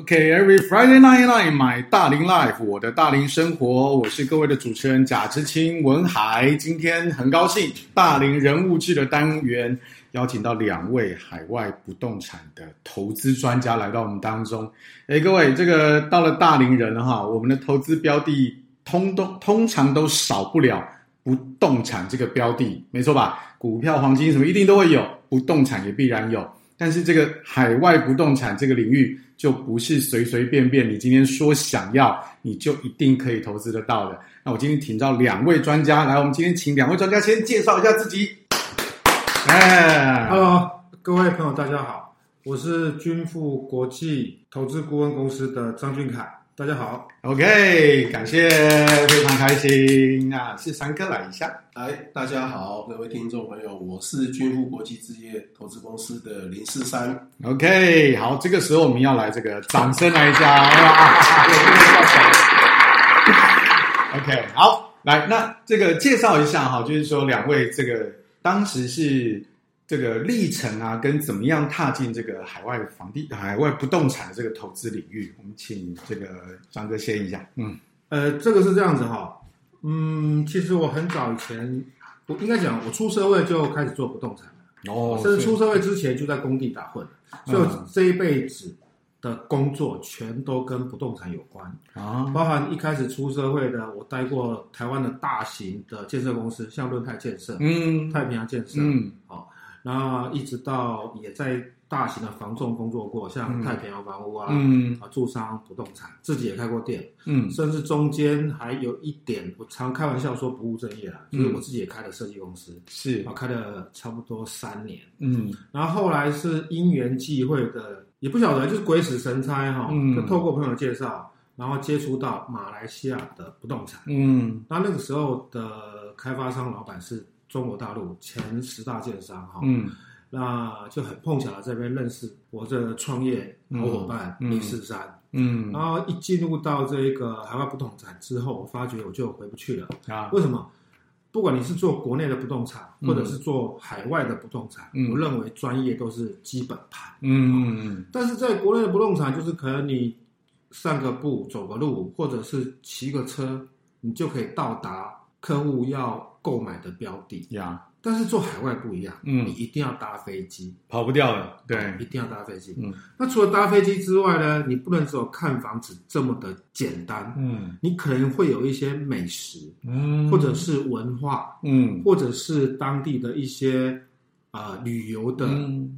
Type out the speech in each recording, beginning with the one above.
OK，every Friday night 买大龄 life， 我的大龄生活，我是各位的主持人贾之清文海。今天很高兴，大龄人物志的单元邀请到2位海外不动产的投资专家来到我们当中。各位，这个到了大龄人了哈，我们的投资标的通常都少不了不动产这个标的，没错吧？股票、黄金什么一定都会有，不动产也必然有。但是这个海外不动产这个领域就不是随随便便你今天说想要你就一定可以投资得到的。那我今天请到2位专家来，我们今天请2位专家先介绍一下自己。 Hello， 各位朋友大家好，我是君富国际投资顾问公司的张俊凯，大家好。 OK， 感谢，非常开心。那是3哥来一下。 大家好，各位听众朋友，我是君富国际置业投资公司的林世山。 OK， 好，这个时候我们要来这个掌声来一下。OK， 好，来，那这个介绍一下哈，就是说2位这个当时是这个历程啊，跟怎么样踏进这个海外不动产的这个投资领域，我们请这个张哥先一下。 这个是这样子哈。其实我很早以前，我应该讲，我出社会就开始做不动产了。甚至出社会之前就在工地打混，所以我这一辈子的工作全都跟不动产有关包含一开始出社会的，我待过台湾的大型的建设公司，像润泰建设、太平洋建设，然后一直到也在大型的房仲工作过，像太平洋房屋住商不动产，自己也开过店，甚至中间还有一点，我常开玩笑说不务正业啦，就是我自己也开了设计公司，是开了差不多3年，然后后来是因缘际会的，也不晓得就是鬼使神差就透过朋友介绍，然后接触到马来西亚的不动产，那个时候的开发商老板是中国大陆前10大建商那就很碰巧在这边认识我的创业好伙伴林世山，然后一进入到这个海外不动产之后，我发觉我就回不去了为什么？不管你是做国内的不动产，或者是做海外的不动产，我认为专业都是基本盘，但是在国内的不动产，就是可能你散个步、走个路，或者是骑个车，你就可以到达客户要购买的标的但是做海外不一样，你一定要搭飞机， 跑不掉了，对， 一定要搭飞机。那除了搭飞机之外呢，你不能只有看房子这么的简单，你可能会有一些美食，或者是文化，或者是当地的一些旅游的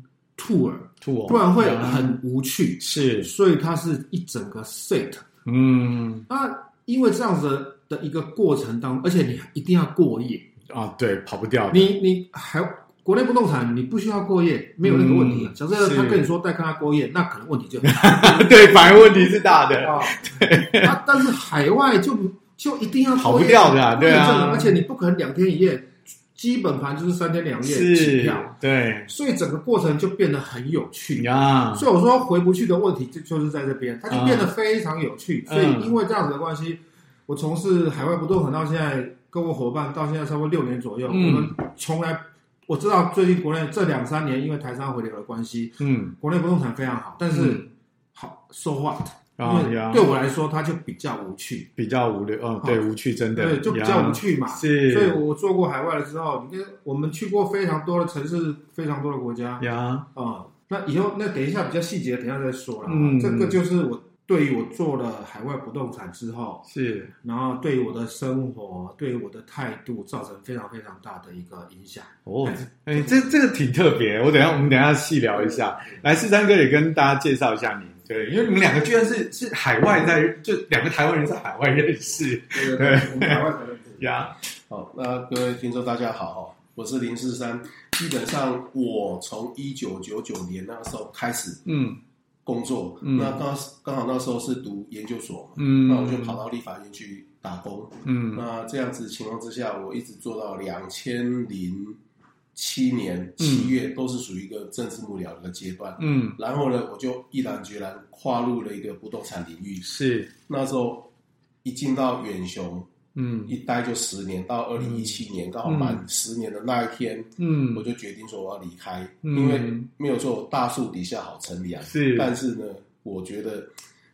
tour，不然会很无趣。是，所以它是一整个 set。那因为这样子的一个过程当中，而且你一定要过夜。 对，跑不掉的。 你还国内不动产，你不需要过夜，没有那个问题假设他跟你说带看他过夜，那可能问题就很大。 对，反而问题是大的。 对，但是海外就一定要过夜， 跑不掉的对啊。 而且你不可能2天1夜，基本盘就是3天2夜起跳。 对， 所以整个过程就变得很有趣所以我说回不去的问题就是在这边，它就变得非常有趣。所以因为这样子的关系，我从事海外不动产到现在。跟我伙伴到现在差不多6年左右，我们从来我知道最近国内这2-3年因为台商回流的关系，国内不动产非常好，但是好 so what？因为对我来说它就比较无趣， 比较无聊对，无趣真的， 对，就比较无趣嘛。是，所以我做过海外了之后，你看我们去过非常多的城市，非常多的国家那以后等一下比较细节，等一下再说了。这个就是我。对于我做了海外不动产之后，然后对于我的生活，对于我的态度，造成非常非常大的一个影响。 这个挺特别，我们等一下细聊一下。来，世山哥也跟大家介绍一下你，对，因为你们2个居然是海外就2个台湾人在海外认识， 对，我们海外才认识。 好，那各位听众大家好，我是林世山。基本上我从1999年那个时候开始，工作，那刚好那时候是读研究所那我就跑到立法院去打工，那这样子情况之下，我一直做到2007年7月，都是属于一个政治幕僚的一个阶段，然后呢，我就毅然决然跨入了一个不动产领域，是那时候一进到远雄。一待就10年，到2017年刚好满10年的那一天，我就决定说我要离开，因为没有说大树底下好乘凉，但是呢，我觉得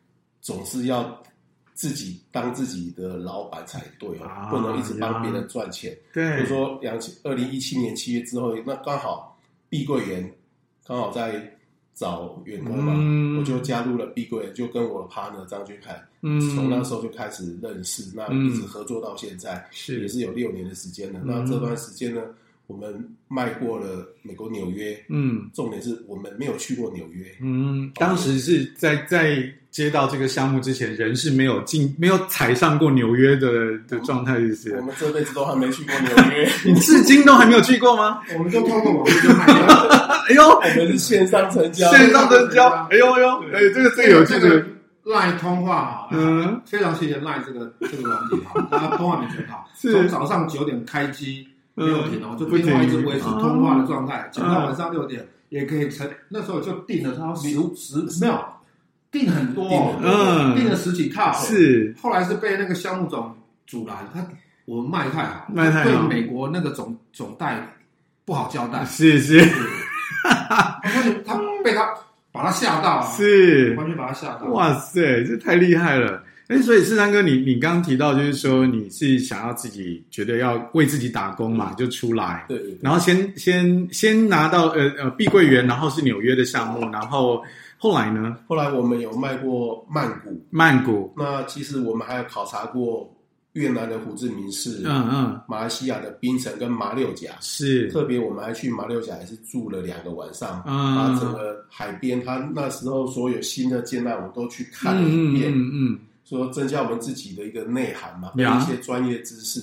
总是要自己当自己的老板才对哦，不能一直帮别人赚钱。 对， 比如说2017年7月之后，那刚好碧桂园刚好在找员工嘛，我就加入了碧桂园，就跟我的 partner 张君凯，从那时候就开始认识，那一直合作到现在，也是有6年的时间了。那这段时间呢，我们卖过了美国纽约，重点是我们没有去过纽约， 当时是在接到这个项目之前，人是没有踩上过纽约的状态，就是我们这辈子都还没去过纽约， 你至今都还没有去过吗？ 我们就透过网络就卖掉。 哎呦， 我们是线上成交， 哎呦呦，这个有趣的。 LINE 通话非常谢谢 LINE 这个软体大家通话没全好，从早上9点开机没有停就电话一直维持通话的状态，讲到晚上6点也可以那时候就订了它10没有订很多，订了10几套， 是后来是被那个项目总阻拦，我们卖太好，对美国那个总代不好交代， 是， 他被他。把他吓到是完全把他吓到， 哇塞，这太厉害了！所以世山哥，你刚刚提到就是说你是想要自己觉得要为自己打工嘛，就出来， 对， 然后先拿到碧桂园，然后是纽约的项目，然后后来呢？ 后来我们有卖过曼谷， 那其实我们还有考察过越南的胡志明市，马来西亚的槟城跟马六甲， 是特别我们还去马六甲也是住了2个晚上，把整个海边，他那时候所有新的建案我都去看了一遍，说增加我们自己的一个内涵嘛，跟一些专业知识。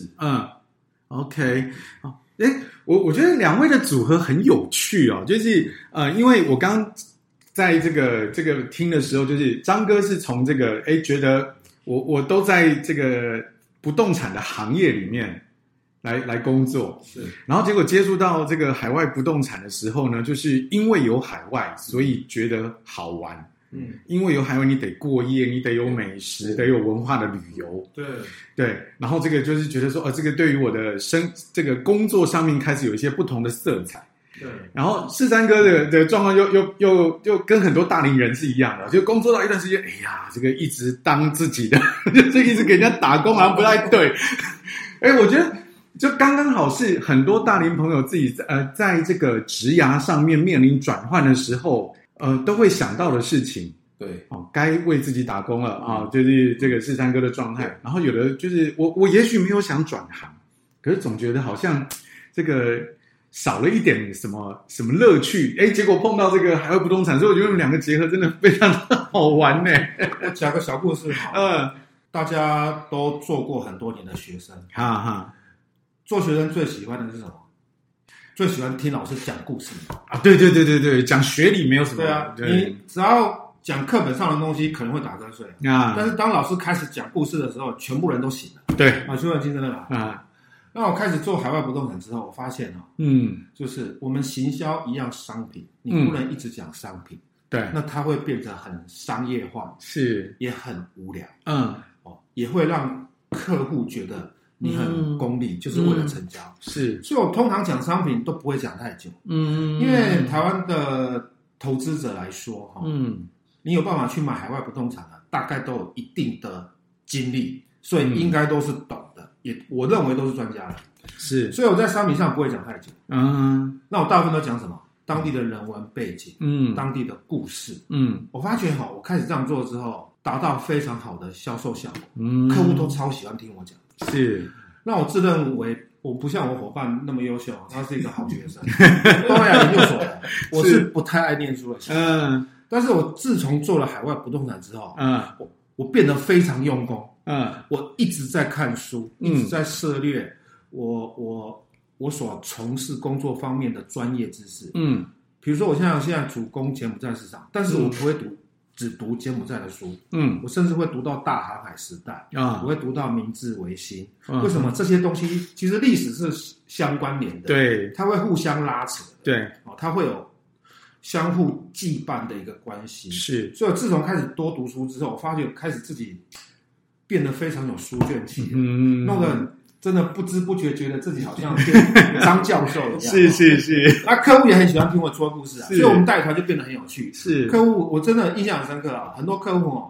OK， 我觉得两位的组合很有趣哦，就是因为我刚在这个听的时候，就是张哥是从这个觉得我都在这个不动产的行业里面来工作， 是， 然后结果接触到这个海外不动产的时候呢，就是因为有海外，所以觉得好玩。因为有海外，你得过夜，你得有美食，得有文化的旅游。对，然后这个就是觉得说，这个对于我的这个工作上面开始有一些不同的色彩。 对， 然后世山哥的状况又跟很多大龄人是一样的，就工作到一段时间，哎呀，这个一直当自己的，就是一直给人家打工，好像不太对。我觉得就刚刚好是很多大龄朋友自己在这个职涯上面面临转换的时候。都会想到的事情， 对， 该为自己打工了啊，就是这个世山哥的状态。然后有的就是我也许没有想转行，可是总觉得好像这个少了一点什么乐趣，结果碰到这个海外不动产，所以我觉得我们两个结合真的非常的好玩呢。 我讲个小故事大家都做过很多年的学生，做学生最喜欢的是什么？最喜欢听老师讲故事啊！对，讲学理没有什么。 对啊，你只要讲课本上的东西，可能会打瞌睡啊。但是当老师开始讲故事的时候，全部人都醒了。 对啊，就很精神的啦。那我开始做海外不动产之后，我发现就是我们行销一样商品，你不能一直讲商品， 对， 那它会变得很商业化， 是也很无聊，也会让客户觉得。你很功利，就是为了成交， 是， 所以我通常讲商品都不会讲太久，因为台湾的投资者来说，你有办法去买海外不动产的，大概都有一定的经历，所以应该都是懂的，我认为都是专家的， 是， 所以我在商品上不会讲太久，那我大部分都讲什么？当地的人文背景，当地的故事，我发觉我开始这样做之后，达到非常好的销售效果，客户都超喜欢听我讲。 是， 那我自认为我不像我伙伴那么优秀，他是一个好学生，东南亚研究所的，我是不太爱念书的。但是我自从做了海外不动产之后，我变得非常用功，我一直在看书，一直在涉猎我所从事工作方面的专业知识，比如说我现在主攻柬埔寨市场，但是我不会只读柬埔寨的书，我甚至会读到大航海时代我会读到明治维新，为什么？这些东西其实历史是相关联的， 对， 它会互相拉扯， 对， 它会有相互羁绊的一个关系， 是。 所以我自从开始多读书之后，我发觉开始自己变得非常有书卷气，弄得真的不知不觉觉得自己好像变张教授一样， 是。 那客户也很喜欢听我说故事所以我们带团就变得很有趣。 是， 客户我真的印象很深刻很多客户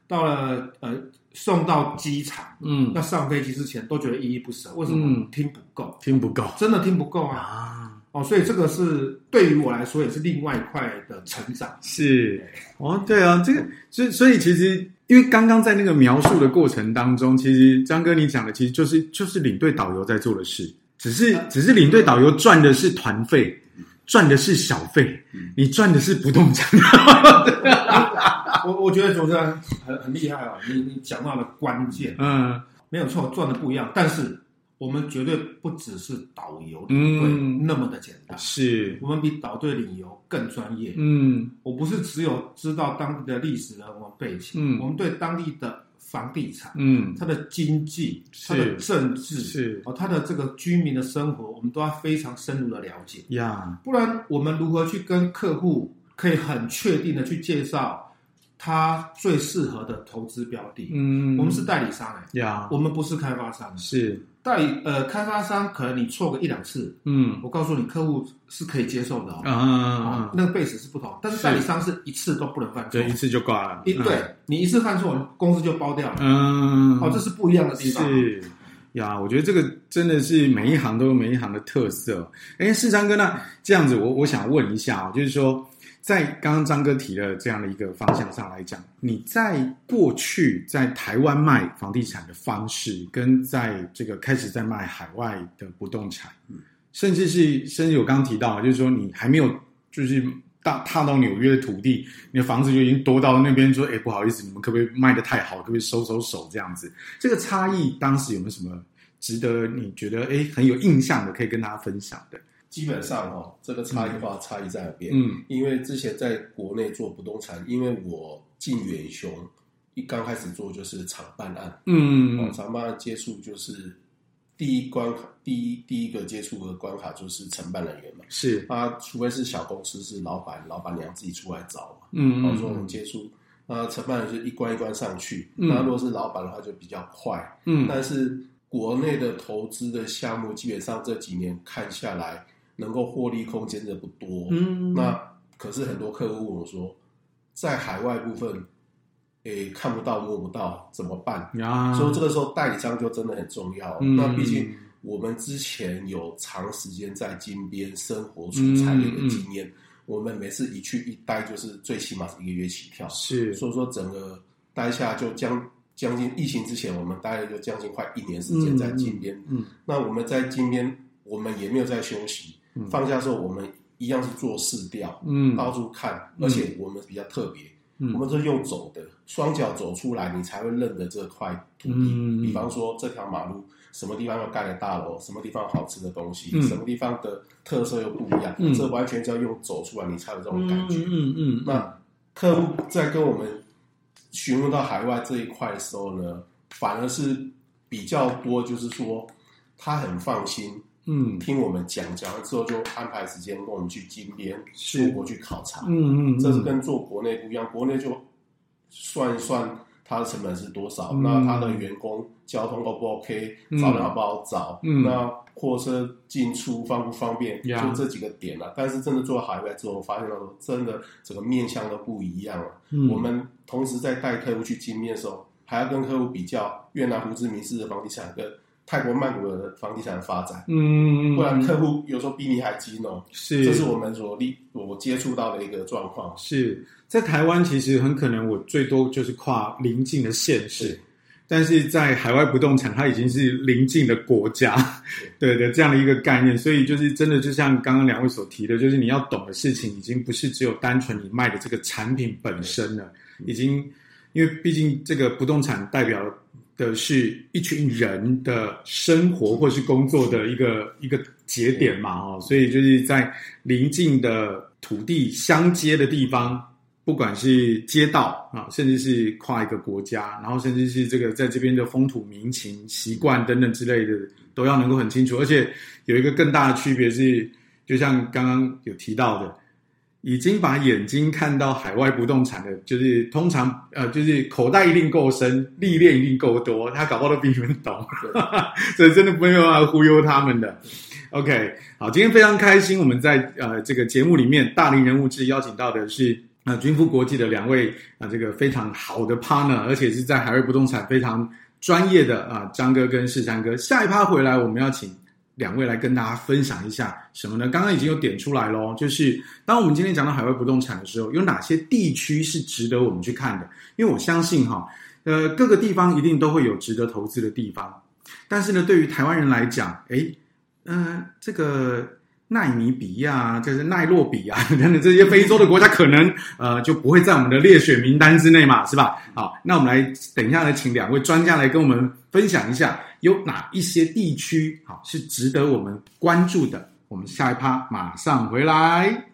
到了送到机场，要上飞机之前都觉得依依不舍。为什么？听不够，真的听不够啊！所以这个是对于我来说也是另外一块的成长。 是对啊，这个所以其实因为刚刚在那个描述的过程当中，其实张哥你讲的其实就是领队导游在做的事，只是领队导游赚的是团费，赚的是小费，你赚的是不动产。 我觉得主持人很厉害你讲到了关键，没有错，赚的不一样，但是我们绝对不只是导游领队那么的简单， 是我们比导队领游更专业。我不是只有知道当地的历史人文背景，我们对当地的房地产，它的经济，它的政治，它的这个居民的生活，我们都要非常深入的了解。不然我们如何去跟客户可以很确定的去介绍他最适合的投资标的？我们是代理商我们不是开发商。 是开发商可能你错个1-2次，我告诉你客户是可以接受的那个 base 是不同，但是代理商是一次都不能犯错， 对，一次就挂了。 对，你一次犯错，公司就包掉了。这是不一样的地方。 是我觉得这个真的是每一行都有每一行的特色。世昌哥，那这样子我想问一下就是说，在刚刚张哥提的这样的一个方向上来讲，你在过去在台湾卖房地产的方式，跟在这个开始在卖海外的不动产，甚至我刚刚提到就是说你还没有就是踏到纽约的土地，你的房子就已经多到那边说不好意思，你们可不可以卖得太好，可不可以收手这样子？这个差异当时有没有什么值得你觉得很有印象的可以跟大家分享的？ 基本上这个差异在哪边？因为之前在国内做不动产，因为我进远雄刚开始做就是厂办案，厂办案接触就是第一个接触的关卡就是承办人员嘛， 是除非是小公司是老板娘自己出来找嘛，说我们接触承办人就一关一关上去，那如果是老板的话就比较快，但是国内的投资的项目基本上这几年看下来，能够获利空间的不多，那可是很多客户问我说，在海外部分，看不到摸不到怎么办？所以这个时候代理商就真的很重要。那毕竟我们之前有长时间在金边生活出产业的经验，我们每次一去一待就是最起码是1个月起跳， 是， 所以说整个待下就将近疫情之前，我们待了就将近快1年时间在金边。那我们在金边，我们也没有在休息。放假的时候，我们一样是做市调，到处看，而且我们比较特别，我们是用走的，双脚走出来，你才会认得这块土地。比方说这条马路什么地方要盖的大楼，什么地方有好吃的东西，什么地方的特色又不一样，这完全就要用走出来，你才有这种感觉。那客户在跟我们询问到海外这一块的时候呢，反而是比较多，就是说他很放心。听我们讲完之后就安排时间跟我们去金边出国去考察。这是跟做国内不一样，国内就算一算它的成本是多少，那它的员工交通 O 不 OK， 找人好不好找，那货车进出方不方便，就这几个点了。但是真的做海外之后，发现到真的整个面向都不一样了。我们同时在带客户去金边的时候，还要跟客户比较越南胡志明市的房地产跟泰国曼谷的房地产发展，不然客户有时候比你还急呢。是，这是我们我接触到的一个状况。 是在台湾，其实很可能我最多就是跨邻近的县市，但是在海外不动产，它已经是邻近的国家，对的这样的一个概念。所以就是真的，就像刚刚两位所提的，就是你要懂的事情，已经不是只有单纯你卖的这个产品本身了，已经因为毕竟这个不动产代表的是一群人的生活或是工作的一个节点嘛，所以就是在邻近的土地相接的地方，不管是街道甚至是跨一个国家，然后甚至是这个在这边的风土民情习惯等等之类的，都要能够很清楚。而且有一个更大的区别是，就像刚刚有提到的，已经把眼睛看到海外不动产的，就是通常就是口袋一定够深，历练一定够多，他搞不好都比你们懂，所以真的没有办法忽悠他们的。OK， 好，今天非常开心，我们在这个节目里面，大龄人物志邀请到的是君富国际的2位这个非常好的 partner， 而且是在海外不动产非常专业的张哥跟世山哥。下一趴回来，我们要请2位来跟大家分享一下什么呢？刚刚已经有点出来咯，就是当我们今天讲到海外不动产的时候，有哪些地区是值得我们去看的？因为我相信各个地方一定都会有值得投资的地方，但是呢，对于台湾人来讲，这个奈米比亚，就是奈洛比亚等等这些非洲的国家，可能就不会在我们的列选名单之内嘛，是吧？好，那我们来等一下来请2位专家来跟我们分享一下，有哪一些地区是值得我们关注的。我们下一趴马上回来。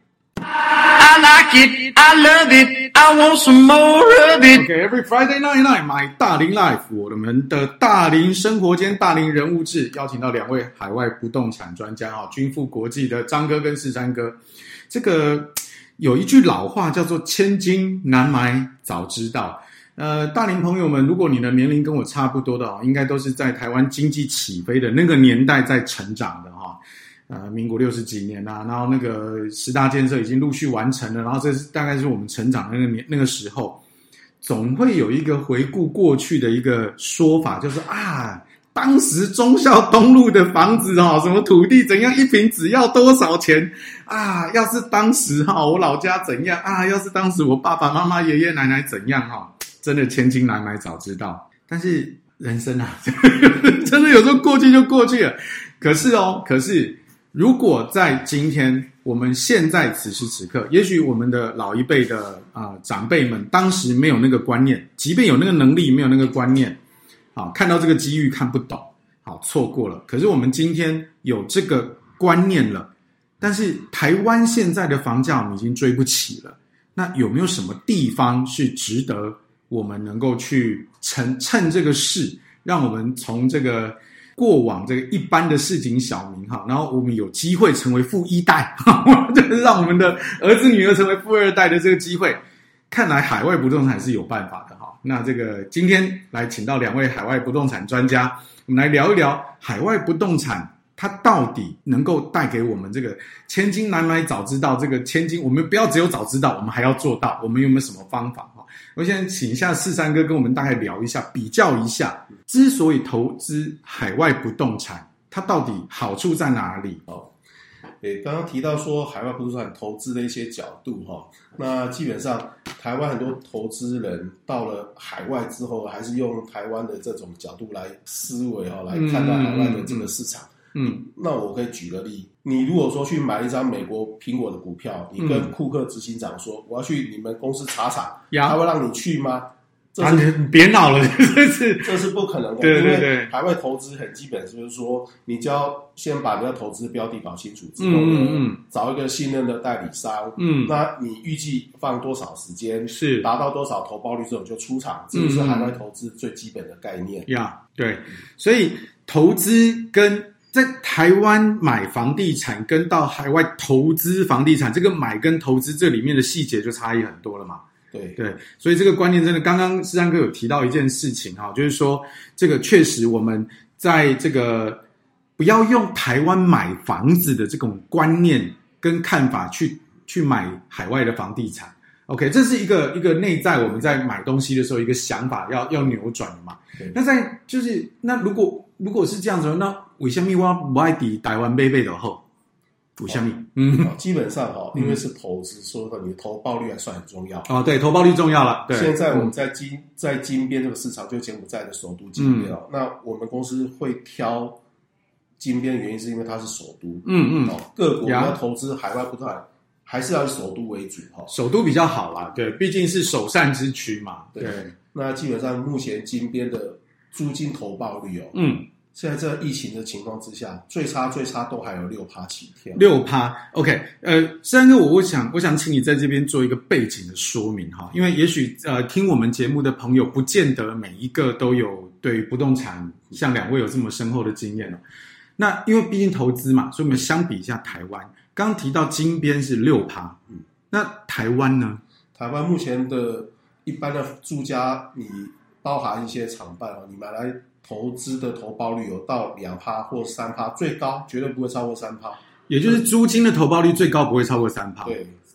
I like it, I love it, I want some more of it. Okay, every Friday night, 买大龄 Life， 我们的大龄生活间大龄人物志，邀请到2位海外不动产专家君富国际的张哥跟世山哥。这个有一句老话叫做千金难买早知道。大龄朋友们，如果你的年龄跟我差不多的应该都是在台湾经济起飞的那个年代在成长的民国60几年然后那个10大建设已经陆续完成了，然后这是大概是我们成长的那个时候，总会有一个回顾过去的一个说法，就是当时忠孝东路的房子什么土地怎样，一坪只要多少钱要是当时我老家怎样要是当时我爸爸妈妈爷爷奶奶怎样真的千金难买早知道。但是人生真的有时候过去就过去了。可是如果在今天我们现在此时此刻，也许我们的老一辈的长辈们当时没有那个观念，即便有那个能力没有那个观念看到这个机遇看不懂错过了。可是我们今天有这个观念了，但是台湾现在的房价我们已经追不起了，那有没有什么地方是值得我们能够去趁这个势，让我们从这个过往这个一般的市井小民然后我们有机会成为富1代就是让我们的儿子女儿成为富2代的这个机会。看来海外不动产是有办法的那这个今天来请到2位海外不动产专家，我们来聊一聊海外不动产它到底能够带给我们这个千金难买早知道，这个千金我们不要只有早知道，我们还要做到，我们有没有什么方法我现在请一下世山哥跟我们大概聊一下，比较一下之所以投资海外不动产它到底好处在哪里刚刚提到说海外不动产投资的一些角度那基本上台湾很多投资人到了海外之后，还是用台湾的这种角度来思维来看到海外的这个市场。那我可以举个例，你如果说去买一张美国苹果的股票，你跟库克执行长说我要去你们公司查厂，他会让你去吗？ 你别闹了， 这是不可能的。 对， 因为海外投资很基本，就是说你就要先把你要投资标的搞清楚之后找一个信任的代理商那你预计放多少时间，是达到多少投报率之后就出场，这是海外投资最基本的概念对，所以投资跟在台湾买房地产跟到海外投资房地产，这个买跟投资这里面的细节就差异很多了嘛。对，所以这个观念真的，刚刚世山哥有提到一件事情就是说这个确实我们在这个不要用台湾买房子的这种观念跟看法去买海外的房地产。OK， 这是一个内在我们在买东西的时候一个想法要扭转的嘛。那那如果是这样子，那为什么我不爱在台湾买的好？为什么？ 基本上因为是投资，所以你的投报率还算很重要。 对，投报率重要了。对， 现在我们在金边这个市场，就柬埔寨的首都金边那我们公司会挑金边的原因是因为它是首都。各国要投资海外不动产，还是要以首都为主首都比较好啦。对，毕竟是首善之区嘛。 对，那基本上目前金边的租金投报率现在这疫情的情况之下，最差都还有 6% 起跳。 6%。OK， 山哥，我想请你在这边做一个背景的说明因为也许听我们节目的朋友不见得每一个都有对不动产像2位有这么深厚的经验那因为毕竟投资嘛，所以我们相比一下台湾，刚刚提到金边是 6%，那台湾呢？ 台湾目前的一般的住家，你包含一些厂办你买来投资的投报率有到 2% 或 3%， 最高绝对不会超过 3%， 也就是租金的投报率最高不会超过 3%。 对，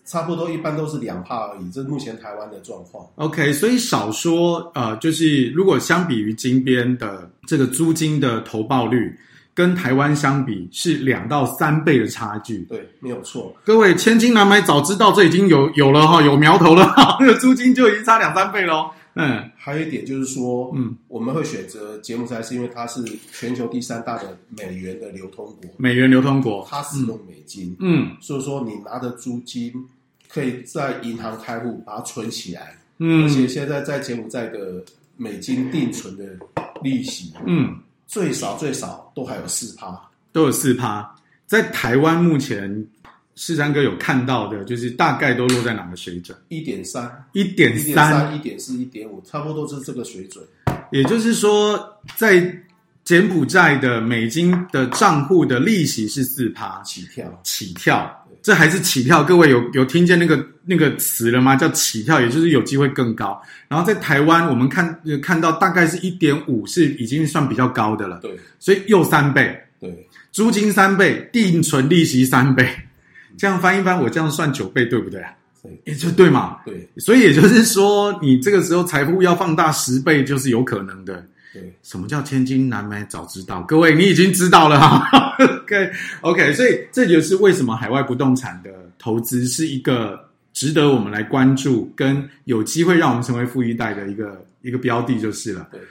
差不多一般都是2%而已，这是目前台湾的状况。 OK， 所以少说就是如果相比于金边的这个租金的投报率，跟台湾相比是2到3倍的差距。 对，没有错。 各位千金难买早知道，这已经有了哈，有苗头了哈，那个租金就已经差2、3倍咯。 还有一点就是说，我们会选择柬埔寨是因为它是全球第3大的美元的流通国， 美元流通国， 它使用美金，所以说你拿的租金可以在银行开户把它存起来，而且现在在柬埔寨的美金定存的利息，最少都还有4%， 都有4%。在台湾目前，世山哥有看到的，就是大概都落在哪个水准 ？1.3、 1.3、 1.4、1.5，差不多是这个水准。 也就是说，在柬埔寨的美金的账户的利息是4%起跳，这还是起跳。各位有听见那个词了吗？叫起跳，也就是有机会更高。然后在台湾，我们看到大概是 1.5， 是已经算比较高的了。 对， 所以又3倍。 对， 租金3倍，定存利息3倍。这样翻一翻，我这样算9倍，对不对啊？也就对嘛。 对， 所以也就是说，你这个时候财富要放大10倍，就是有可能的。 对， 什么叫千金难买早知道？各位，你已经知道了哈。OK， 所以这就是为什么海外不动产的投资是一个值得我们来关注，跟有机会让我们成为富一代的一个标的就是了。 对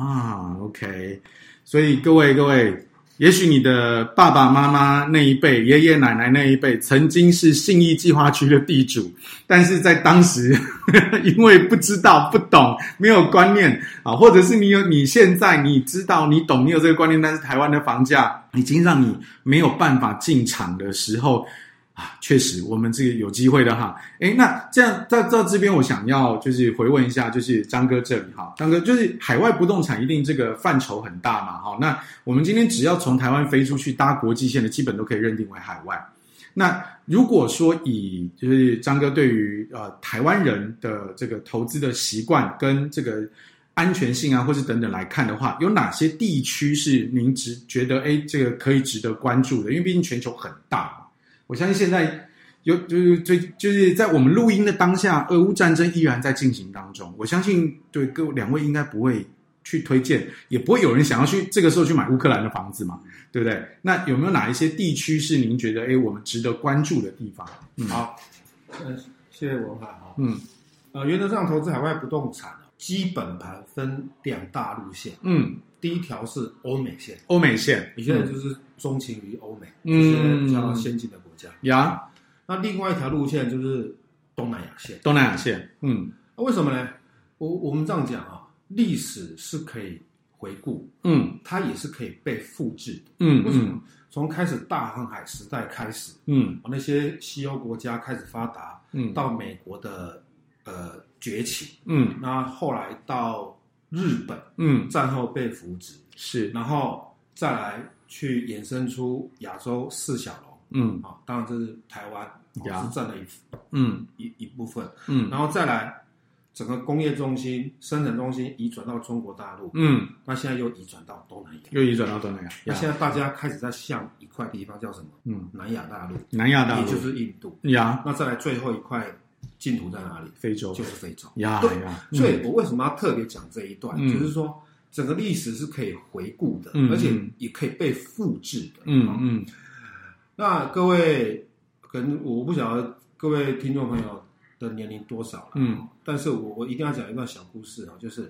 OK， 所以各位。也许你的爸爸妈妈那一辈、爷爷奶奶那一辈曾经是信义计划区的地主，但是在当时因为不知道、不懂、没有观念啊，或者是你现在你知道、你懂、你有这个观念，但是台湾的房价已经让你没有办法进场的时候啊，确实我们这个有机会的哈。那这样到这边我想要就是回问一下，就是张哥这里哈，张哥就是海外不动产一定这个范畴很大嘛哈。那我们今天只要从台湾飞出去搭国际线的，基本都可以认定为海外。那如果说以就是张哥对于台湾人的这个投资的习惯跟这个安全性啊，或是等等来看的话，有哪些地区是您觉得这个可以值得关注的？因为毕竟全球很大嘛。我相信现在就是在我们录音的当下，俄乌战争依然在进行当中。我相信对2位应该不会去推荐，也不会有人想要去这个时候去买乌克兰的房子嘛，对不对？那有没有哪一些地区是您觉得我们值得关注的地方？ 好，谢谢文海哈。原则上投资海外不动产，基本盘分2大路线。第一条是欧美线，有些人就是钟情于欧美，这些比较先进的国家。那另外一条路线就是东南亚线。为什么呢？我们这样讲啊，历史是可以回顾，它也是可以被复制的。为什么？从开始大航海时代开始，那些西欧国家开始发达，到美国的崛起，那后来到日本，战后被扶植， 是， 然后再来去衍生出亚洲4小龙，当然这是台湾是占了一部分，然后再来整个工业中心、生产中心移转到中国大陆，那现在又移转到东南亚，那现在大家开始在向一块地方叫什么？南亚大陆，也就是印度，那再来最后一块净土在哪里？ 非洲， 就是非洲。 对， 所以我为什么要特别讲这一段？就是说，整个历史是可以回顾的，而且也可以被复制的。那各位，可能我不晓得各位听众朋友的年龄多少了，但是我一定要讲一段小故事啊，就是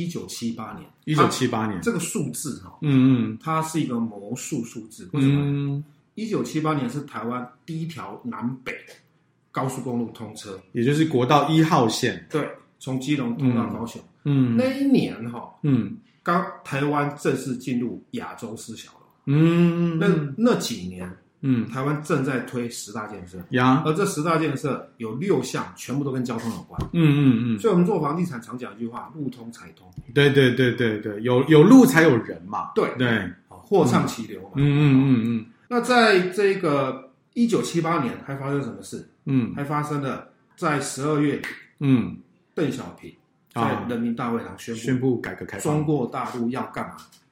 1978年，这个数字哈，它是一个魔术数字。为什么？1978年是台湾第一条南北高速公路通车， 也就是国道1号线， 对，从基隆通到高雄。那一年台湾正式进入亚洲4小龙。那几年，台湾正在推10大建设，而这10大建设有6项全部都跟交通有关。所以我们做房地产常讲一句话：路通财通。 对，有路才有人嘛。 对，货畅其流嘛。那在这个1978年还发生什么事？还发生了在12月底，邓小平在人民大会堂宣布改革开放， 中国大陆要干嘛？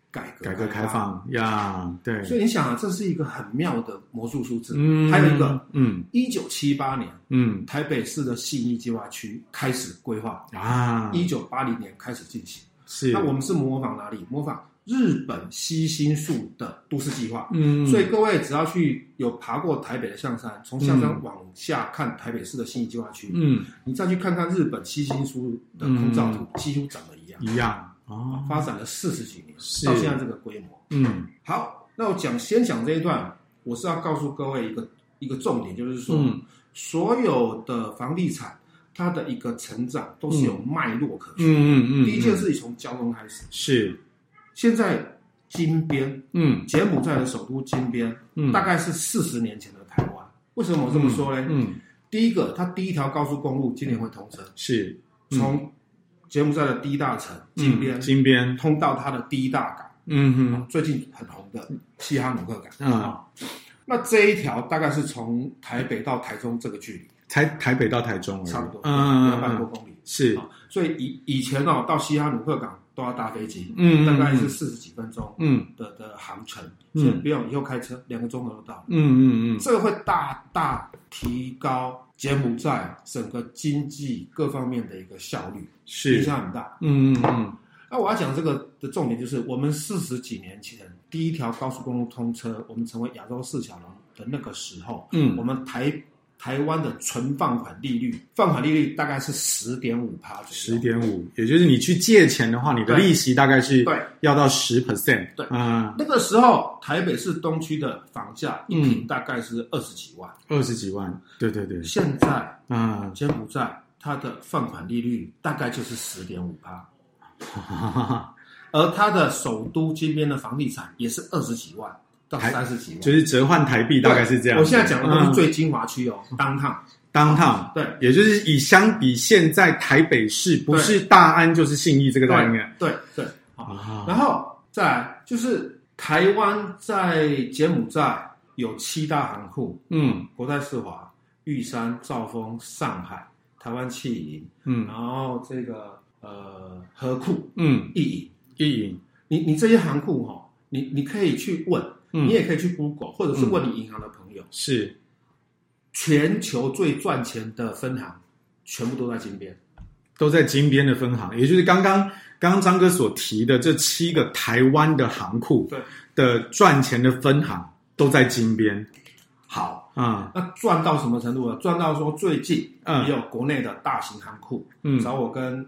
改革开放呀，对。 所以你想啊，这是一个很妙的魔术数字。还有一个，1978年，台北市的信义计划区开始规划啊，1980年开始进行。是。那我们是模仿哪里？模仿日本西新宿的都市计划。所以各位只要有爬过台北的象山，从象山往下看台北市的信义计划区，你再去看看日本西新宿的空照图，几乎长得一样。发展了40几年，到现在这个规模。好，那我先讲这一段，我是要告诉各位一个重点，就是说，所有的房地产它的一个成长都是有脉络可循。第一件事情从交通开始，是现在金边，柬埔寨的首都金边，大概是40年前的台湾。为什么我这么说呢？第一个，它第一条高速公路今年会通车，是从柬埔寨的第一大城金边通到它的第一大港，最近很红的西哈努克港。那这一条大概是从台北到台中这个距离，台北到台中差不多200多公里。是，所以以前到西哈努克港都要搭飞机，大概是40几分钟的航程，现在不用，以后开车2个钟头就到了。这个会大大提高柬埔寨整个经济各方面的一个效率，影响很大。那我要讲这个的重点就是，我们40几年前第一条高速公路通车，我们成为亚洲4小龙的那个时候，我们台湾的纯放款利率大概是10.5%左右。10.5%， 也就是你去借钱的话，你的利息大概是要到10%。 对，那个时候台北市东区的房价一坪大概是20几万。 20几万，对。 现在柬埔寨它的放款利率大概就是10.5%。而它的首都金边的房地产也是20几万到30几万， 就是折换台币大概是这样。 我现在讲的都是最精华区 downtown，对，也就是相比现在台北市不是大安就是信义这个概念。 对。然后再来就是台湾在柬埔寨有7大航库，国泰世华、玉山、兆丰、上海、台湾企银，然后这个河库，意银，你这些航库你可以去问，你也可以去 Google， 或者是问你银行的朋友，是全球最赚钱的分行，全部都在金边， 的分行，也就是刚刚张哥所提的这7个台湾的航库的赚钱的分行都在金边。 好，那赚到什么程度呢？赚到说最近也有国内的大型航库，找我跟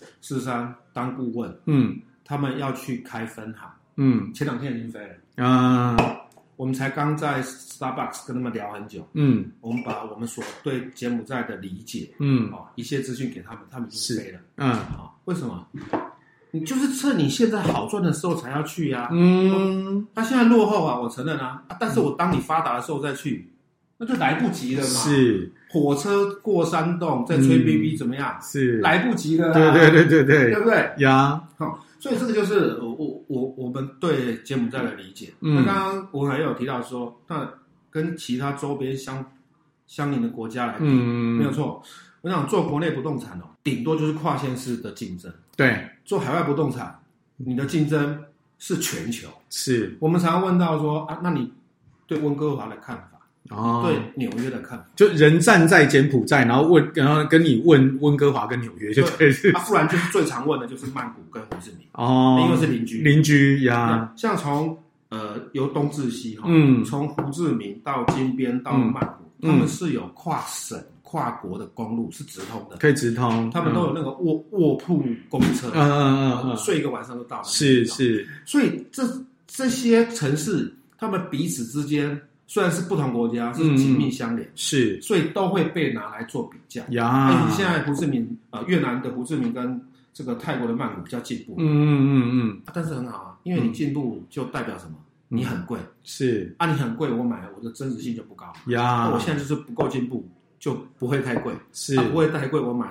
43当顾问，他们要去开分行，前2天已经飞了，我们才刚在 Starbucks 跟他们聊很久，我们把我们所对柬埔寨的理解，一些资讯给他们，他们已经飞了，为什么？你就是趁你现在好赚的时候才要去啊，他现在落后啊，我承认啊，但是我当你发达的时候再去，那就来不及了嘛。是，火车过山洞再吹 BB 怎么样？是，来不及了。 对， 对不对？ 呀， 所以这个就是我们对柬埔寨的理解。那刚刚我还有提到说，那跟其他周边相邻的国家来比，没有错。我想做国内不动产顶多就是跨县市的竞争。对，做海外不动产，你的竞争是全球。是，我们常常问到说那你对温哥华的看法？对纽约的看法？ 就人站在柬埔寨，然后跟你问温哥华跟纽约就对。 不然就是最常问的就是曼谷跟胡志明，因为是邻居呀。像从由东至西从胡志明到金边到曼谷，他们是有跨省跨国的公路是直通的， 可以直通， 他们都有那个卧铺公车，睡一个晚上就到了。是，所以这些城市，他们彼此之间虽然是不同国家，是紧密相连，是，所以都会被拿来做比较。现在胡志明越南的胡志明跟这个泰国的曼谷比较进步，但是很好啊，因为你进步就代表什么？你很贵，是你很贵，我买我的真实性就不高。那我现在就是不够进步。就不会太贵，是不会太贵，我买了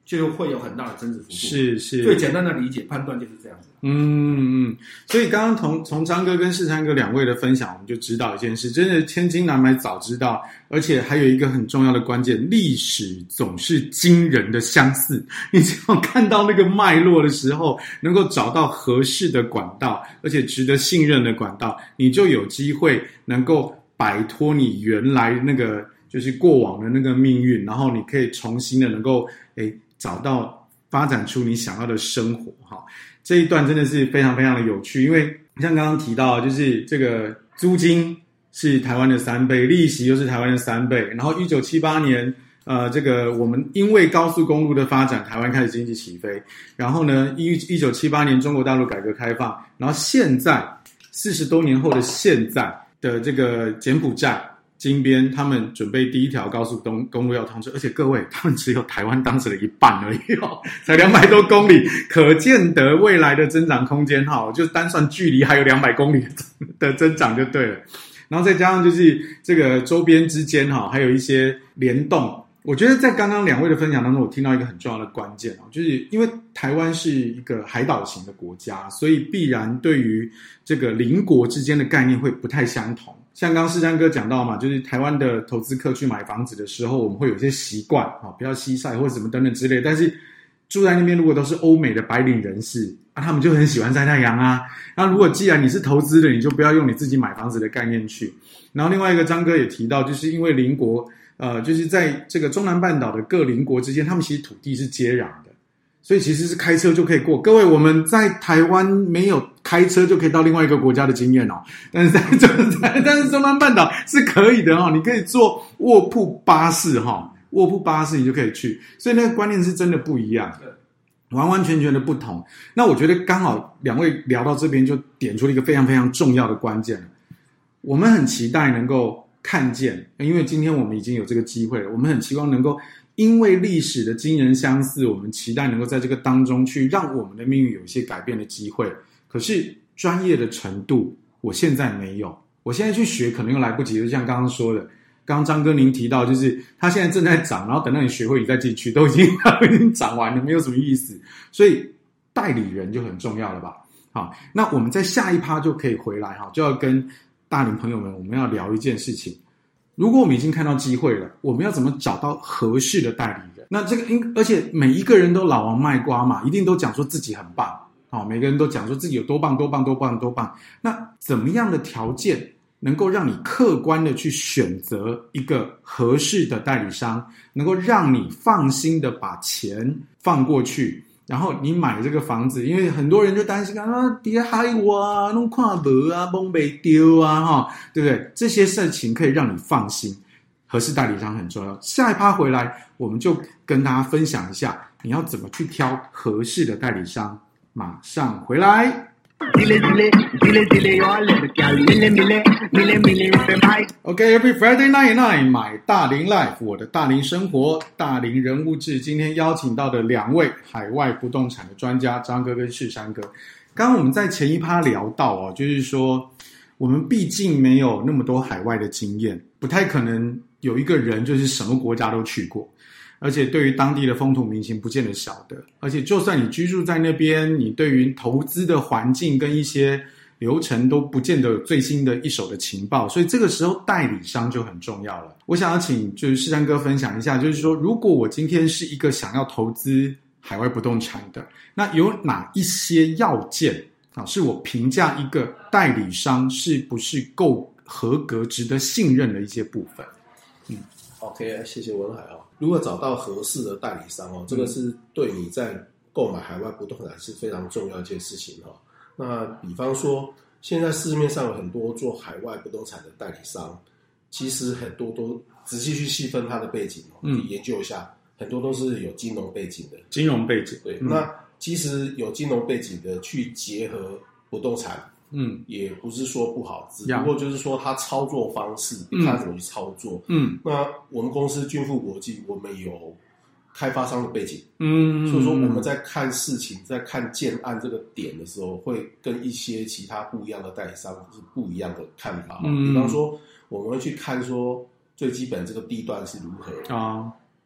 就会有很大的增值幅度。 是最简单的理解判断就是这样子。 所以刚刚从张哥跟世昌哥两位的分享，我们就知道一件事，真的千金难买早知道，而且还有一个很重要的关键，历史总是惊人的相似。你只要看到那个脉络的时候，能够找到合适的管道，而且值得信任的管道，你就有机会能够摆脱你原来那个就是过往的那个命运，然后你可以重新的能够找到发展出你想要的生活哈。这一段真的是非常非常的有趣，因为像刚刚提到，就是这个租金是台湾的3倍，利息又是台湾的3倍，然后1978年这个我们因为高速公路的发展，台湾开始经济起飞，然后呢1978年中国大陆改革开放，然后现在40多年后的现在的这个柬埔寨金边，他们准备第一条高速公路要通车，而且各位，他们只有台湾当时的一半而已才200多公里，可见得未来的增长空间就单算距离还有200公里的增长就对了。然后再加上就是这个周边之间还有一些联动。我觉得在刚刚两位的分享当中，我听到一个很重要的关键就是因为台湾是一个海岛型的国家，所以必然对于这个邻国之间的概念会不太相同。像刚刚世昌哥讲到嘛，就是台湾的投资客去买房子的时候，我们会有一些习惯不要西晒或者什么等等之类，但是住在那边如果都是欧美的白领人士他们就很喜欢晒太阳那如果既然你是投资的，你就不要用你自己买房子的概念去。然后另外一个张哥也提到，就是因为邻国就是在这个中南半岛的各邻国之间，他们其实土地是接壤的，所以其实是开车就可以过。各位，我们在台湾没有开车就可以到另外一个国家的经验但是中南半岛是可以的你可以坐卧铺巴士卧铺巴士你就可以去，所以那个观念是真的不一样，完完全全的不同。那我觉得刚好两位聊到这边，就点出了一个非常非常重要的关键，我们很期待能够看见，因为今天我们已经有这个机会了，我们很期望能够因为历史的惊人相似，我们期待能够在这个当中去让我们的命运有一些改变的机会。可是专业的程度我现在没有，我现在去学可能又来不及，就像刚刚说的，刚刚张哥您提到，就是他现在正在涨，然后等到你学会你再进去都已经涨完了，没有什么意思。所以代理人就很重要了吧。好，那我们在下一趴就可以回来就要跟大龄朋友们我们要聊一件事情，如果我们已经看到机会了，我们要怎么找到合适的代理人？那这个而且每一个人都老王卖瓜嘛，一定都讲说自己很棒每个人都讲说自己有多棒多棒多棒多棒。那怎么样的条件能够让你客观的去选择一个合适的代理商，能够让你放心的把钱放过去，然后你买这个房子，因为很多人就担心跌害我弄看不蒙没丢对不对？这些事情可以让你放心，合适代理商很重要。下一趴回来我们就跟大家分享一下你要怎么去挑合适的代理商，马上回来。Okay, every Friday night 买大龄 Life， 我的大龄生活，大龄人物志。今天邀请到的两位海外不动产的专家，张哥跟世昌哥。刚刚我们在前一趴聊到就是说我们毕竟没有那么多海外的经验，不太可能有一个人就是什么国家都去过，而且对于当地的风土民情不见得晓得，而且就算你居住在那边，你对于投资的环境跟一些流程都不见得有最新的一手的情报，所以这个时候代理商就很重要了。我想要请就是世昌哥分享一下，就是说如果我今天是一个想要投资海外不动产的，那有哪一些要件是我评价一个代理商是不是够合格值得信任的一些部分。 OK， 谢谢文海如果找到合适的代理商这个是对你在购买海外不动产是非常重要一件事情那比方说现在市面上有很多做海外不动产的代理商，其实很多都仔细去细分它的背景你研究一下，很多都是有金融背景的。 金融背景对那其实有金融背景的去结合不动产也不是说不好，只不过就是说它操作方式看怎么去操作那我们公司君富国际我们有开发商的背景所以说我们在看事情在看建案这个点的时候，会跟一些其他不一样的代理商是不一样的看法比方说我们会去看说最基本这个地段是如何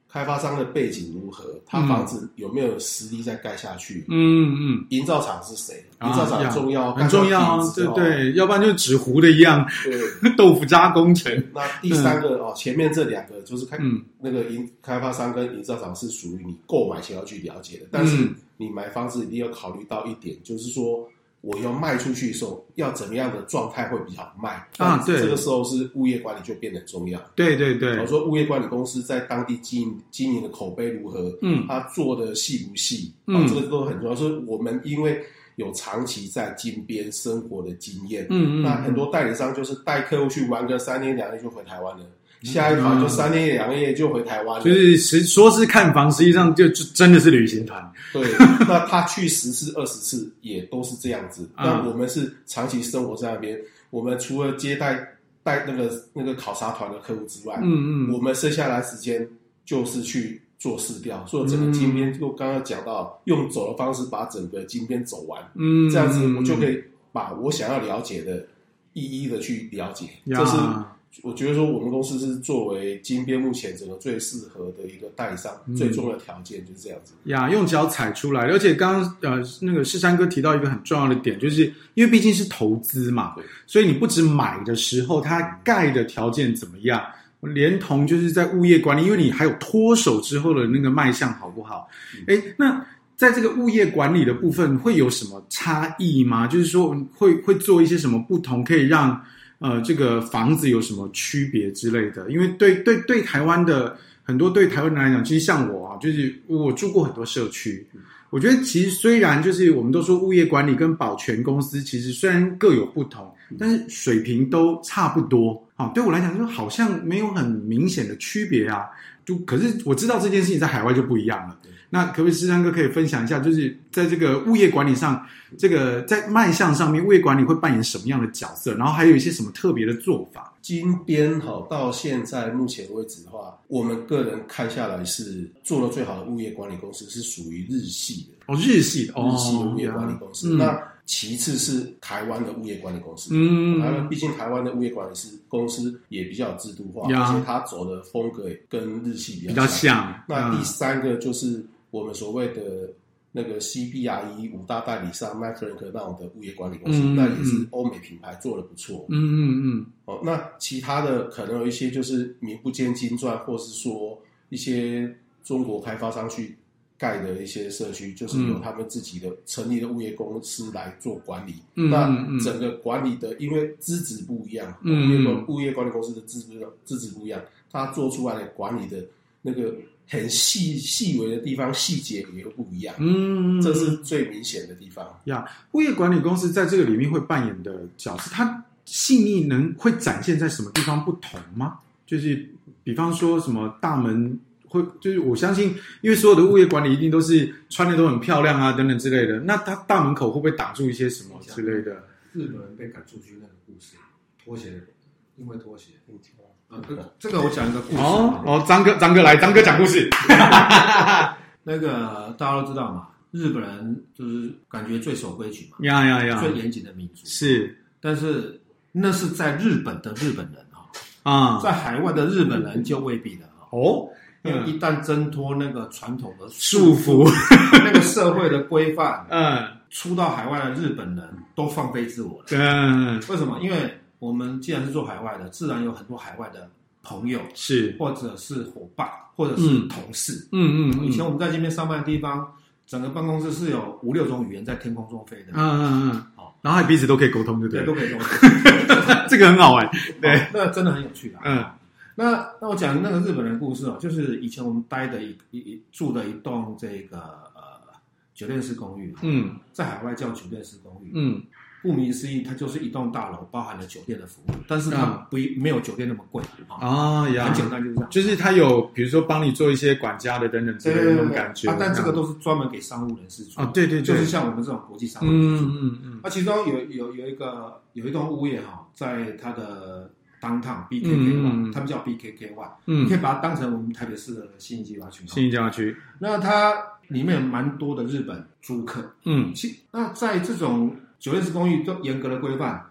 开发商的背景如何，他房子有没有实力再盖下去，营造厂是谁，营造厂很重要， 很重要啊，对，要不然就纸糊的一样，对，豆腐渣工程。 那第三个前面这两个就是那个开发商跟营造厂是属于你购买前要去了解的，但是你买房子一定要考虑到一点，就是说我要卖出去的时候，要怎么样的状态会比较好卖啊？对，这个时候是物业管理就变得很重要。 对对对， 我说物业管理公司在当地经营的口碑如何？他做的细不细？这个都很重要。所以我们因为有长期在金边生活的经验，那很多代理商就是带客户去玩个3天2夜就回台湾了。下一团就3天2夜就回台湾了， 就是说是看房，实际上就真的是旅行团。 对，那他去10次20次也都是这样子。那我们是长期生活在那边，我们除了接待那个考察团的客户之外，我们剩下来时间就是去做市调，所以整个金边就刚刚讲到，用走的方式把整个金边走完，这样子我就可以把我想要了解的一一的去了解，这是。我觉得说我们公司是作为金边目前整个最适合的一个代理商，最重要的条件就是这样子呀，用脚踩出来。而且刚刚那个世山哥提到一个很重要的点，就是因为毕竟是投资嘛，所以你不只买的时候它盖的条件怎么样，连同就是在物业管理，因为你还有脱手之后的那个卖相好不好？那在这个物业管理的部分会有什么差异吗？就是说会做一些什么不同，可以让这个房子有什么区别之类的？因为对台湾的很多对台湾人来讲，其实像我啊，就是我住过很多社区，我觉得其实虽然就是我们都说物业管理跟保全公司其实虽然各有不同，但是水平都差不多啊。对我来讲，就好像没有很明显的区别啊。可是我知道这件事情在海外就不一样了。那可不可以世山哥可以分享一下，就是在这个物业管理上，这个在卖相上面，物业管理会扮演什么样的角色？然后还有一些什么特别的做法？ 金边到现在目前为止的话，我们个人看下来是做的最好的物业管理公司，是属于日系的日系的物业管理公司。那其次是台湾的物业管理公司，毕竟台湾的物业管理公司也比较制度化，而且它走的风格也跟日系比较像。那第三个就是我们所谓的那个 CBRE 5大代理商 McLaren 那种的物业管理公司，那也是欧美品牌做的不错。那其他的可能有一些就是名不见经传，或是说一些中国开发商去盖的一些社区，就是由他们自己的成立的物业公司来做管理。那整个管理的，因为资质不一样，物业管理公司的资质不一样，它做出来的管理的那个很细微的地方，细节也会不一样。这是最明显的地方呀。物业管理公司在这个里面会扮演的角色，它细腻会展现在什么地方不同吗？就是比方说什么大门。就是我相信，因为所有的物业管理一定都是穿的都很漂亮啊，等等之类的。那他大门口会不会挡住一些什么之类的？ 日本人被赶出去那个故事，拖鞋，因为拖鞋。这个我讲一个故事。 张哥来，张哥讲故事。 那个大家都知道嘛，日本人就是感觉最守规矩嘛，最严谨的民族是。 但是那是在日本的日本人在海外的日本人就未必了因为一旦挣脱那个传统的束缚， 那个社会的规范，出到海外的日本人都放飞自我了。为什么？因为我们既然是做海外的，自然有很多海外的朋友， 是或者是伙伴，或者是同事。以前我们在这边上班的地方，整个办公室是有5、6种语言在天空中飞的。 然后还彼此都可以沟通，对不对？ 对，都可以沟通。 这个很好玩，对， 那真的很有趣的。那我讲那个日本人故事就是以前我们待的住的一栋这个酒店式公寓，在海外叫酒店式公寓，顾名思义，它就是一栋大楼包含了酒店的服务，但是它没有酒店那么贵很简单就是这样， 就是它有比如说帮你做一些管家的等等之类的那种感觉， 但这个都是专门给商务人士做对， 就是像我们这种国际商务人士做其中有一栋屋业在它的downtown BKK One，他们叫 BKK One，你可以把它当成我们台北市的信义计划区。 信义计划区， 那它里面有蛮多的日本租客。那在这种酒店式公寓都严格的规范，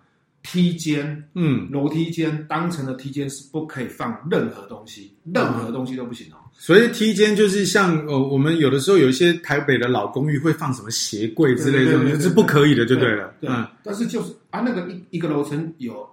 梯间，楼梯间当成的梯间是不可以放任何东西，任何东西都不行哦。 所以梯间就是像我们有的时候有一些台北的老公寓会放什么鞋柜之类的，这种是不可以的，就对了。 对，但是就是那个一个楼层有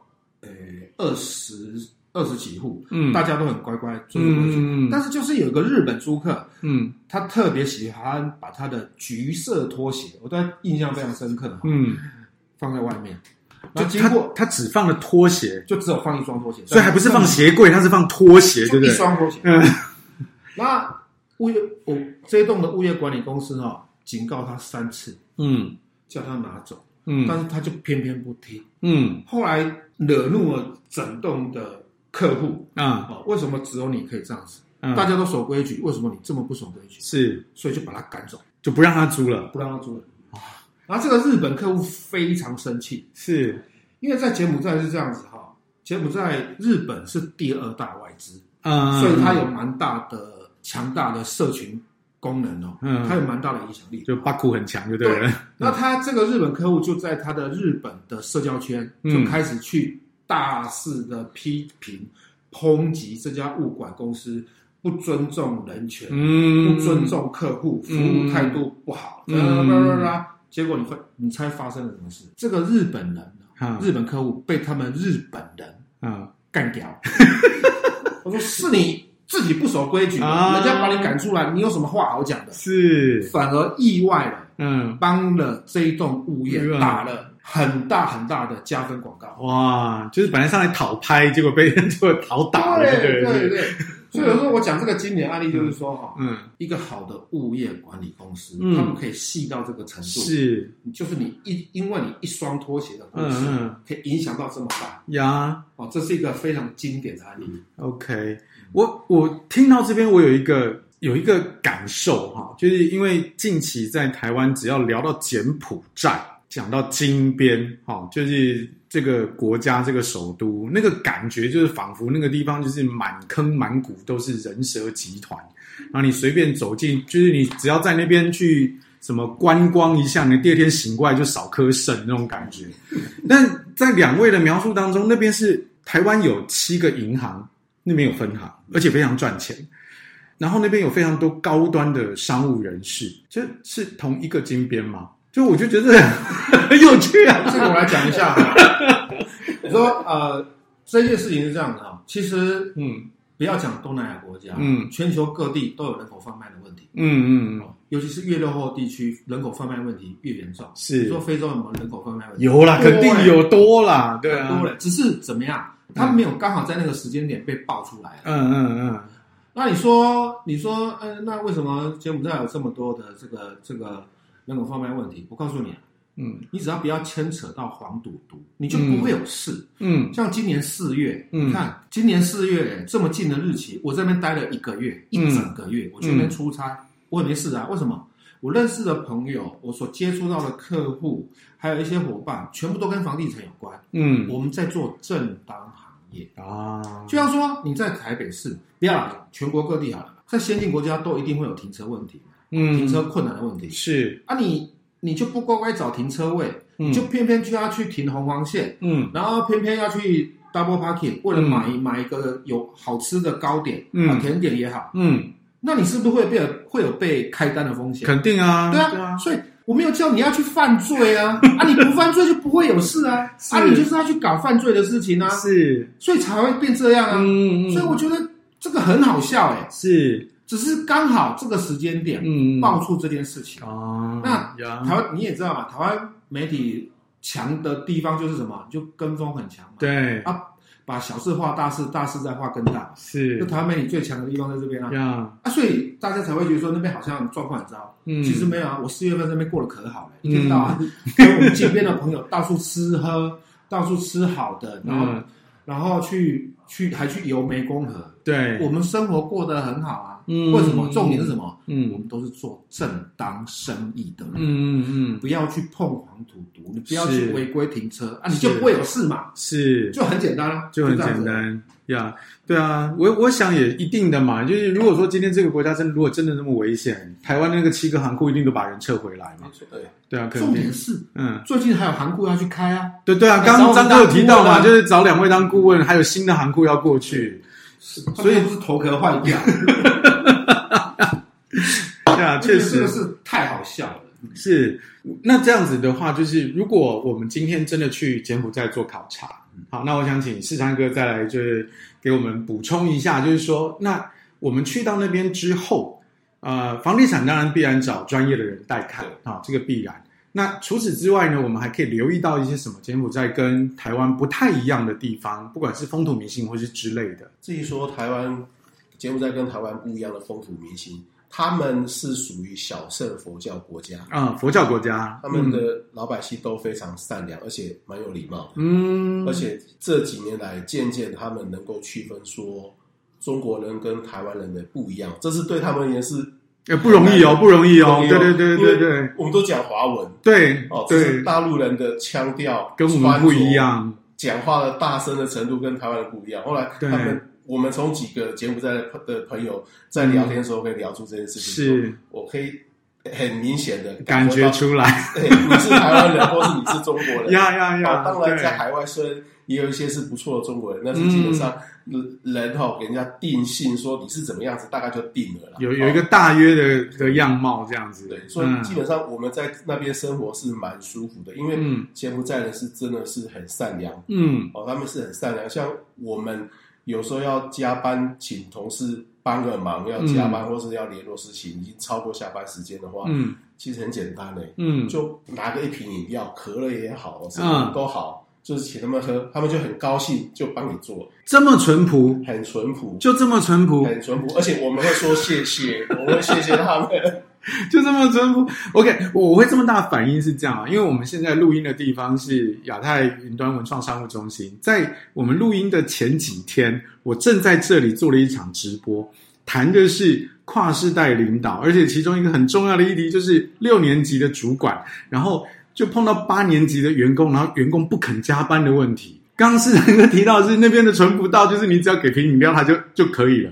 20几户，大家都很乖乖遵守规矩。但是就是有一个日本租客，他特别喜欢把他的橘色拖鞋，我对他印象非常深刻，放在外面。 就他只放了拖鞋， 就只有放一双拖鞋， 所以还不是放鞋柜，他是放拖鞋，对不对？ 一双拖鞋。那我这一栋的物业管理公司警告他3次，叫他拿走，但是他就偏偏不听，后来惹怒了整栋的客户为什么只有你可以这样子？大家都守规矩，为什么你这么不守规矩？ 是， 所以就把他赶走， 就不让他租了， 然后这个日本客户非常生气， 是因为在柬埔寨是这样子柬埔寨日本是第2大外资，所以它有蛮大的强大的社群功能它有蛮大的影响力， 就巴库很强就对了。 那他这个日本客户就在他的日本的社交圈就开始去大肆的批评抨击这家物管公司不尊重人权，不尊重客户，服务态度不好，结果你猜发生了什么事？这个日本人，日本客户被他们日本人干掉。我说是你自己不守规矩，人家把你赶出来，你有什么话好讲的？ 是， 反而意外了，帮了这一栋物业打了很大很大的加分广告。 哇，就是本来上来讨拍，结果被人就讨打了， 对。所以有时候我讲这个经典案例，就是说一个好的物业管理公司，他们可以细到这个程度， 是， 就是因为你一双拖鞋的故事，可以影响到这么大呀。 这是一个非常经典的案例。 OK， 我听到这边，我有一个感受就是因为近期在台湾，只要聊到柬埔寨，讲到金边，就是这个国家这个首都，那个感觉就是仿佛那个地方就是满坑满谷都是人蛇集团，然后你随便走进，就是你只要在那边去什么观光一下，你第二天醒过来就少颗肾那种感觉。但在2位的描述当中，那边是台湾有7个银行，那边有分行，而且非常赚钱。然后那边有非常多高端的商务人士，这是同一个金边吗？就我就觉得很有趣啊。 这个我来讲一下你说这件事情是这样的其实不要讲东南亚国家，全球各地都有人口贩卖的问题，尤其是越落后地区，人口贩卖问题越严重。 是， 你说非洲有没有人口贩卖问题？ 有啦，肯定有多啦，对啊， 多了，只是怎么样，他没有刚好在那个时间点被爆出来。那你说，那为什么柬埔寨有这么多的这个人口贩卖问题？我告诉你你只要不要牵扯到黄赌毒，你就不会有事。像今年4月，你看今年4月这么近的日期，我这边待了1个月，一整个月，我去那边出差，我也没事啊。为什么？我认识的朋友，我所接触到的客户，还有一些伙伴，全部都跟房地产有关。我们在做正当行业就像说你在台北市，不要啦，全国各地好了，在先进国家都一定会有停车问题，停车困难的问题。 是你就不乖乖找停车位，你就偏偏就要去停红黄线，然后偏偏要去 double parking， 为了买一个有好吃的糕点，甜点也好，那你是不是会有被开单的风险？ 肯定啊， 对啊，所以我没有叫你要去犯罪啊，你不犯罪就不会有事啊，你就是要去搞犯罪的事情啊， 是， 所以才会变这样啊，所以我觉得这个很好笑是。 只是刚好这个时间点爆出这件事情那台湾你也知道嘛，台湾媒体强的地方就是什么，就跟风很强嘛， 对把小事化大事，大事再化更大， 是， 就台湾媒体最强的地方在这边所以大家才会觉得说那边好像状况很糟，其实没有我4月份这边过得可好了，一天到晚跟我们近边的朋友到处吃喝，到处吃好的，然后去还去游湄公河， 对， 我们生活过得很好为什么？重点是什么？我们都是做正当生意的人，不要去碰黄赌毒，你不要去违规停车啊，你就不会有事嘛，就很简单， 就很简单呀。对啊，我想也一定的嘛，就是如果说今天这个国家如果真的那么危险，台湾那个7个行库一定都把人撤回来嘛。对啊， 重点是，最近还有行库要去开啊。 对啊，刚刚张哥有提到嘛，就是找2位当顾问，还有新的行库要过去， 所以不是头壳坏掉。 对啊，确实这个是太好笑了。 是，那这样子的话，就是如果我们今天真的去柬埔寨做考察，好，那我想请世昌哥再来就是给我们补充一下，就是说，那我们去到那边之后，房地产当然必然找专业的人带看啊，这个必然。那除此之外呢，我们还可以留意到一些什么柬埔寨跟台湾不太一样的地方，不管是风土民情或是之类的。 至于说柬埔寨跟台湾不一样的风土民情，他们是属于小乘佛教国家佛教国家， 他们的老百姓都非常善良，而且蛮有礼貌的。而且这几年来，渐渐他们能够区分说中国人跟台湾人的不一样，这是对他们也是不容易哦，不容易哦。对， 我们都讲华文， 对， 这是大陆人的腔调跟我们不一样， 讲话的大声的程度跟台湾人不一样。后来我们从几个柬埔寨的朋友在聊天的时候可以聊出这件事情，是我可以很明显的感觉出来， 你是台湾人或是你是中国人。当然在海外虽然也有一些是不错的中国人，但是基本上人给人家定性说你是怎么样子，大概就定了啦。 有一个大约的样貌这样子。 对，所以基本上我们在那边生活是蛮舒服的，因为柬埔寨人是真的是很善良，他们是很善良。像我们有时候要加班请同事帮个忙，要加班或是要联络事情，已经超过下班时间的话，其实很简单就拿个一瓶饮料，可乐也好，什么都好，就是请他们喝，他们就很高兴，就帮你做。 这么淳朴， 很淳朴， 就这么淳朴， 很淳朴，而且我们会说谢谢，我们会谢谢他们。 就这么淳朴。OK， 我会这么大的反应是这样因为我们现在录音的地方是亚太云端文创商务中心，在我们录音的前几天，我正在这里做了一场直播，谈的是跨世代领导，而且其中一个很重要的议题就是6年级的主管，然后就碰到8年级的员工，然后员工不肯加班的问题。刚刚世仁哥提到的是那边的淳朴到，就是你只要给瓶饮料，他就可以了。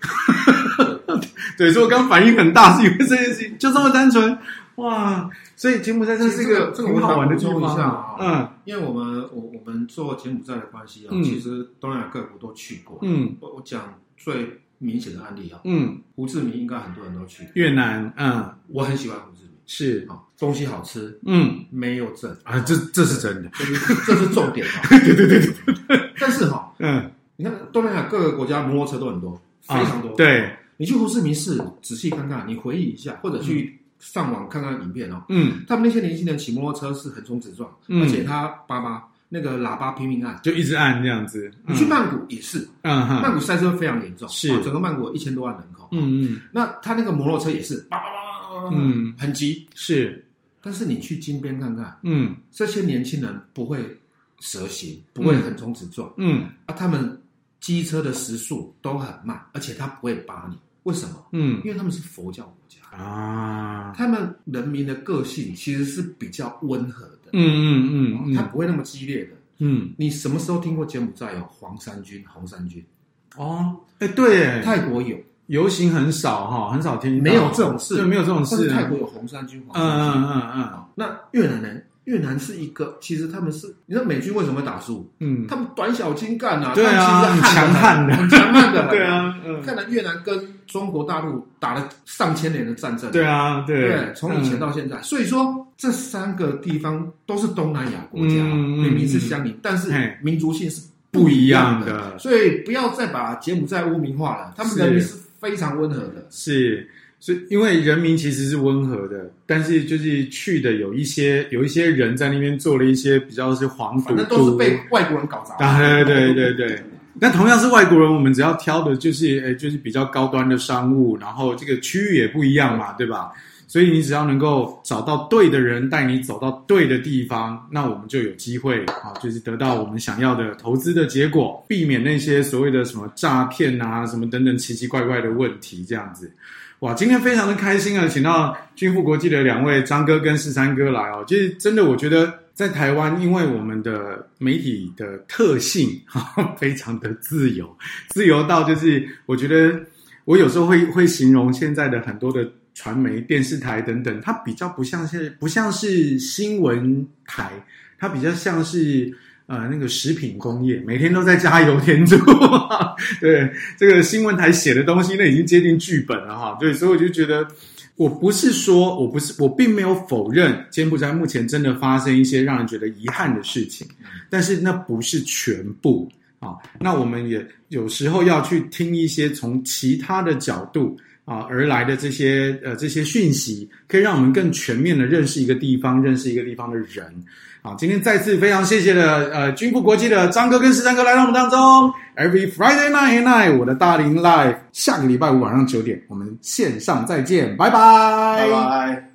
对，所以我刚反应很大，是因为这件事情就这么单纯哇！所以柬埔寨真是一个很好玩的地方因为我们做柬埔寨的关系其实东南亚各国都去过。我讲最明显的案例胡志明应该很多人都去过。 越南， 我很喜欢胡志明， 是东西好吃，没有证啊，这是真的， 这是重点对。 但是你看东南亚各个国家摩托车都很多，非常多。 对， 你去胡志明市仔细看看，你回忆一下，或者去上网看看影片他们那些年轻人骑摩托车是横冲直撞，而且他爸爸那个喇叭拼命按， 就一直按这样子。 你去曼谷也是，曼谷塞车非常严重， 是整个曼谷有1000多万人口，那他那个摩托车也是，很急， 是。 但是你去金边看看，这些年轻人不会蛇行，不会横冲直撞，他们机车的时速都很慢，而且他不会扒你。为什么？因为他们是佛教国家他们人民的个性其实是比较温和的，他不会那么激烈的。你什么时候听过柬埔寨有黄衫军、红衫军？ 对， 泰国有。 游行很少很少听到， 没有这种事， 对，没有这种事。 但是泰国有红衫军、黄衫军。那越南人，越南是一个，其实他们是，你知道美军为什么会打输？他们短小精干对啊， 他们其实很强悍的， 对啊。看来越南跟中国大陆打了上千年的战争， 对啊，对， 从以前到现在，所以说这3个地方都是东南亚国家，明明是相邻，但是民族性是不一样的，所以不要再把柬埔寨污名化了，他们人民是非常温和的， 是因为人民其实是温和的，但是就是去的有一些人在那边做了一些比较是黄赌毒， 反正都是被外国人搞砸。 对。那同样是外国人，我们只要挑的就是比较高端的商务，然后这个区域也不一样嘛，对吧？ 所以你只要能够找到对的人带你走到对的地方，那我们就有机会就是得到我们想要的投资的结果，避免那些所谓的什么诈骗啊什么等等奇奇怪怪的问题这样子。哇，今天非常的开心啊，请到君富国际的两位张哥跟13哥来哦。其实真的我觉得在台湾，因为我们的媒体的特性非常的自由到就是我觉得我有时候会形容现在的很多的传媒电视台等等，它比较不像是新闻台，它比较像是那个食品工业，每天都在加油添醋对，这个新闻台写的东西那已经接近剧本了对，所以我就觉得我并没有否认柬埔寨目前真的发生一些让人觉得遗憾的事情，但是那不是全部那我们也有时候要去听一些从其他的角度而来的这些讯息，可以让我们更全面的认识一个地方，认识一个地方的人。好，今天再次非常谢谢了君富国际的张哥跟13哥来到我们当中。Every Friday night and night， 我的大林 Live， 下个礼拜五晚上9点，我们线上再见，拜拜， 拜拜。